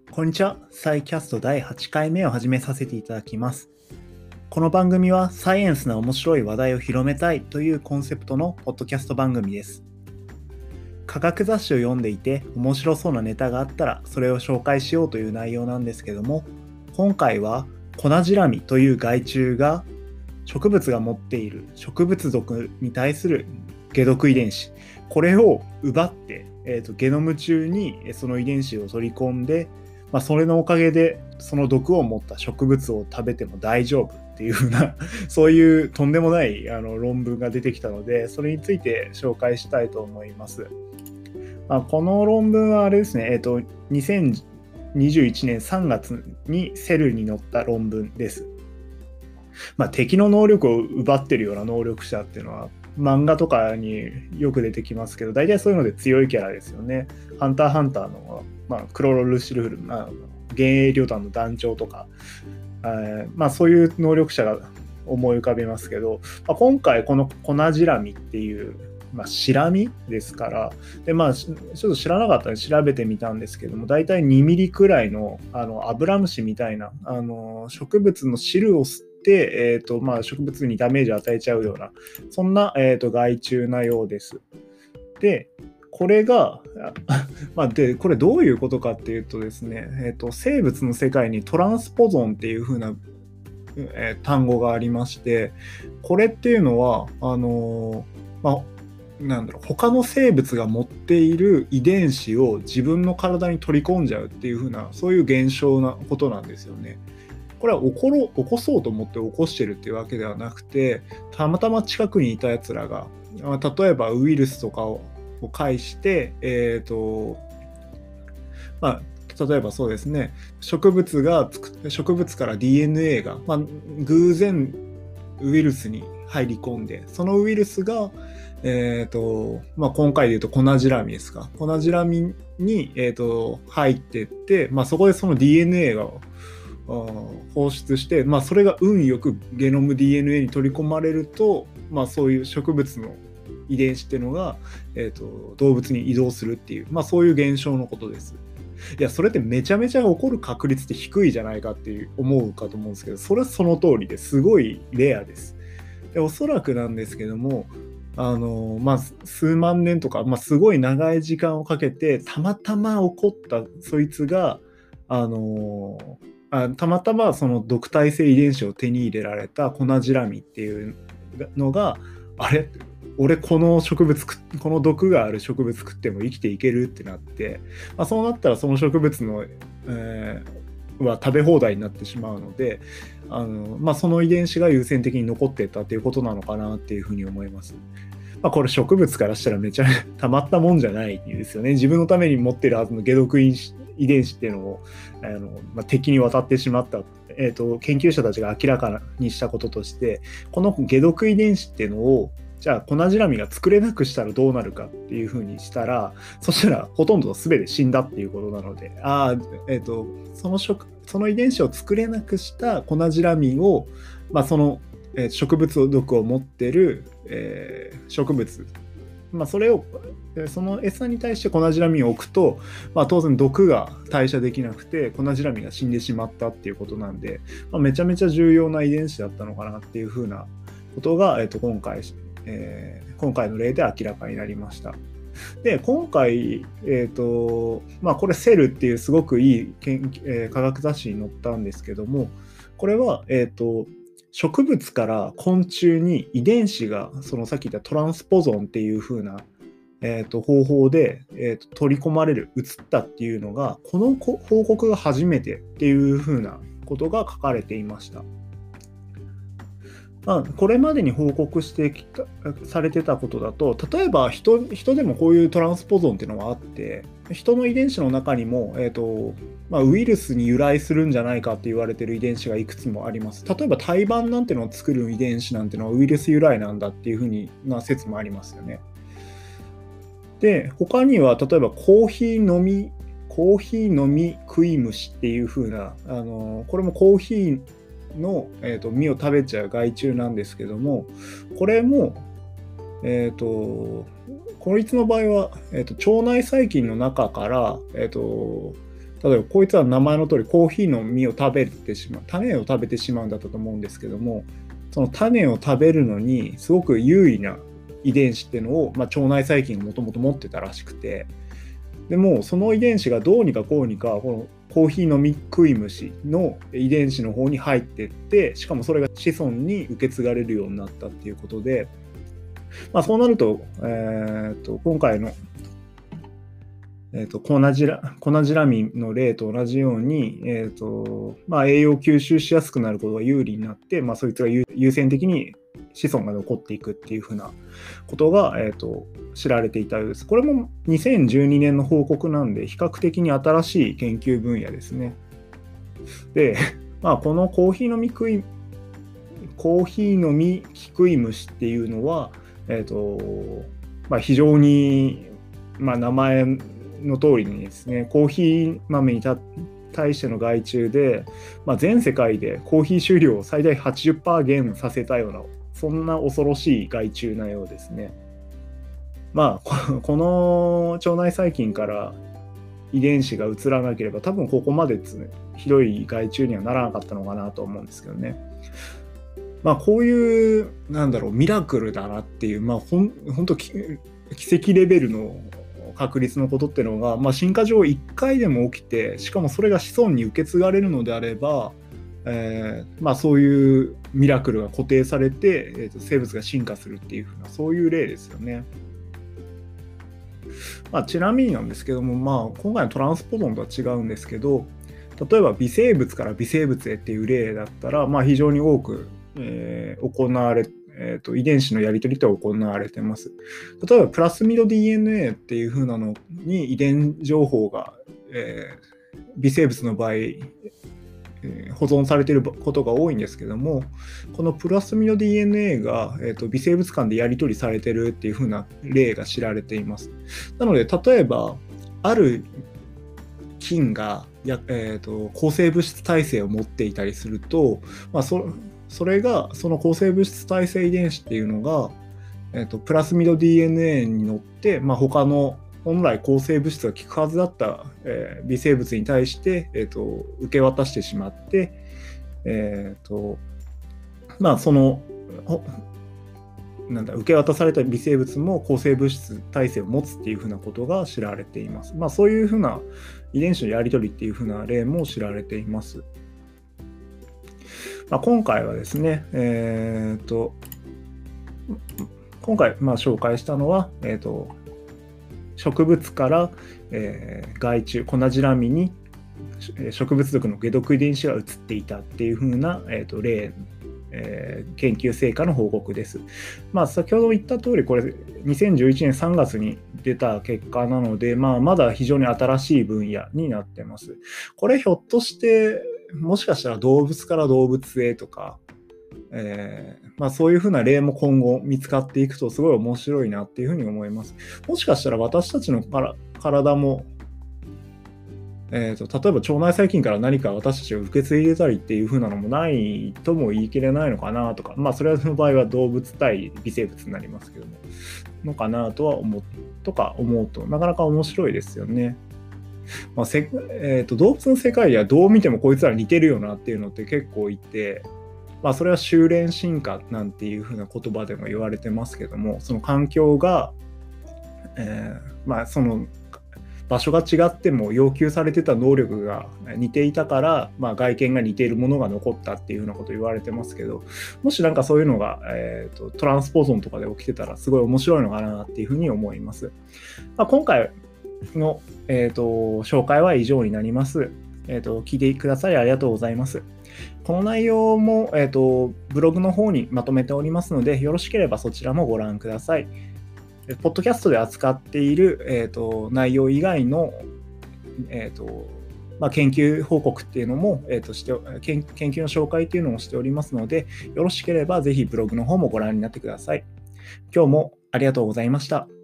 こんにちは。サイキャスト第8回目を始めさせていただきます。この番組はサイエンスな面白い話題を広めたいというコンセプトのポッドキャスト番組です。科学雑誌を読んでいて面白そうなネタがあったらそれを紹介しようという内容なんですけども、今回はコナジラミという害虫が植物が持っている植物毒に対する解毒遺伝子、これを奪って、ゲノム中にその遺伝子を取り込んで、それのおかげでその毒を持った植物を食べても大丈夫っていう風なそういうとんでもない論文が出てきたので、それについて紹介したいと思います。この論文はあれですね、2021年3月にセルに載った論文です。敵の能力を奪ってるような能力者っていうのは漫画とかによく出てきますけど、大体そういうので強いキャラですよね。ハンターハンターの、クロロルシルフル、幻影旅団の団長とか、そういう能力者が思い浮かびますけど、今回このコナジラミっていう、シラミですから、でちょっと知らなかったので調べてみたんですけども、大体2ミリくらいのアブラムシみたいな植物の汁を吸って、植物にダメージを与えちゃうような、そんな、害虫なようです。で、これがこれどういうことかっていうとですね、生物の世界にトランスポゾンっていう風な、単語がありまして、これっていうのは他の生物が持っている遺伝子を自分の体に取り込んじゃうっていう風な、そういう現象なことなんですよね。これは起こそうと思って起こしてるっていうわけではなくて、たまたま近くにいたやつらが、例えばウイルスとかを介して、例えばそうですね、植物から DNA が、偶然ウイルスに入り込んで、そのウイルスが、今回で言うとコナジラミですか。コナジラミに、入っていって、そこでその DNA が放出して、それが運よくゲノム DNA に取り込まれると、そういう植物の遺伝子っていうのが、動物に移動するっていう、そういう現象のことです。いや、それってめちゃめちゃ起こる確率って低いじゃないかって思うかと思うんですけど、それはその通りですごいレアです。で、おそらくなんですけども、数万年とか、すごい長い時間をかけてたまたま起こったそいつが、たまたまその毒耐性遺伝子を手に入れられたコナジラミっていうのが、あれ俺この毒がある植物食っても生きていけるってなって、そうなったらその植物の、は食べ放題になってしまうので、その遺伝子が優先的に残っていったっていうことなのかなっていうふうに思います。これ植物からしたらめちゃたまったもんじゃないですよね。自分のために持ってるはずの解毒遺伝子っていうのを敵に渡ってしまった、研究者たちが明らかにしたこととして、この解毒遺伝子っていうのをじゃあコナジラミが作れなくしたらどうなるかっていうふうにしたら、そしたらほとんど全て死んだっていうことなので、その遺伝子を作れなくしたコナジラミを、その植物毒を持ってる、植物、その餌に対してコナジラミを置くと、当然毒が代謝できなくてコナジラミが死んでしまったっていうことなんで、めちゃめちゃ重要な遺伝子だったのかなっていうふうなことが、今回の例で明らかになりました。で、今回、これセルっていうすごくいい科学雑誌に載ったんですけども、これは、植物から昆虫に遺伝子がそのさっき言ったトランスポゾンっていう風な、方法で、取り込まれる、移ったっていうのが、この報告が初めてっていう風なことが書かれていました。これまでに報告されてたことだと、例えば人でもこういうトランスポゾンっていうのはあって、人の遺伝子の中にも、ウイルスに由来するんじゃないかって言われてる遺伝子がいくつもあります。例えば胎盤なんてのを作る遺伝子なんてのはウイルス由来なんだっていうふうな説もありますよね。で、他には例えばコーヒー飲み食い虫っていう風な、これもコーヒーの、実を食べちゃう害虫なんですけども、これも、こいつの場合は、腸内細菌の中から、 例えばこいつは名前の通りコーヒーの実を食べてしまう、種を食べてしまうんだったと思うんですけども、その種を食べるのにすごく有利な遺伝子っていうのを、腸内細菌がもともと持ってたらしくて、でもその遺伝子がどうにかこうにかこのコーヒーの実食い虫の遺伝子の方に入っていって、しかもそれが子孫に受け継がれるようになったっていうことで、そうなると、今回のコナジラミンの例と同じように、栄養吸収しやすくなることが有利になって、そいつが優先的に子孫が残っていくっていうふうなことが、知られていたようです。これも2012年の報告なんで、比較的に新しい研究分野ですね。で、このコーヒーの実食い虫っていうのは、非常に、名前の通りにですね、コーヒー豆に対しての害虫で、全世界でコーヒー収量を最大 80% 減させたような、そんな恐ろしい害虫なようですね。この腸内細菌から遺伝子が移らなければ、多分ここまでですね、ひどい害虫にはならなかったのかなと思うんですけどね。こういう、ミラクルだなっていう、本当奇跡レベルの確率のことっていうのが、進化上1回でも起きて、しかもそれが子孫に受け継がれるのであれば、そういうミラクルが固定されて、生物が進化するっていうふうな、そういう例ですよね。ちなみになんですけども、今回のトランスポゾンとは違うんですけど、例えば微生物から微生物へっていう例だったら、非常に多く、行われ遺伝子のやり取りって行われてます。例えばプラスミド DNA っていう風なのに遺伝情報が、微生物の場合、保存されていることが多いんですけども、このプラスミド DNA が、微生物間でやり取りされているっていう風な例が知られています。なので例えばある菌が抗生物質耐性を持っていたりすると、それがその抗生物質耐性遺伝子っていうのが、プラスミド DNA に乗って、他の本来抗生物質が効くはずだった、微生物に対して、受け渡してしまって、その受け渡された微生物も抗生物質耐性を持つっていうふうなことが知られています。そういうふうな遺伝子のやり取りっていうふうな例も知られています。今回はですね、今回紹介したのは、植物から、害虫、コナジラミに植物属の解毒遺伝子が移っていたっていう風な、例、研究成果の報告です。先ほど言った通り、これ2011年3月に出た結果なので、まだ非常に新しい分野になってます。これひょっとしてもしかしたら動物から動物へとか、そういうふうな例も今後見つかっていくとすごい面白いなっていうふうに思います。もしかしたら私たちの体も、例えば腸内細菌から何か私たちが受け継いでたりっていうふうなのもないとも言い切れないのかなとか、それの場合は動物対微生物になりますけども、のかなとは思うとなかなか面白いですよね。動物の世界ではどう見てもこいつら似てるよなっていうのって結構いて、それは修練進化なんていう風な言葉でも言われてますけども、その環境が、その場所が違っても要求されてた能力が似ていたから、外見が似ているものが残ったっていう風なこと言われてますけど、もしそういうのが、トランスポゾンとかで起きてたらすごい面白いのかなっていう風に思います。今回の、紹介は以上になります。聞いてくださりありがとうございます。この内容も、ブログの方にまとめておりますので、よろしければそちらもご覧ください。ポッドキャストで扱っている、内容以外の、研究報告っていうのも、研究の紹介っていうのもしておりますので、よろしければぜひブログの方もご覧になってください。今日もありがとうございました。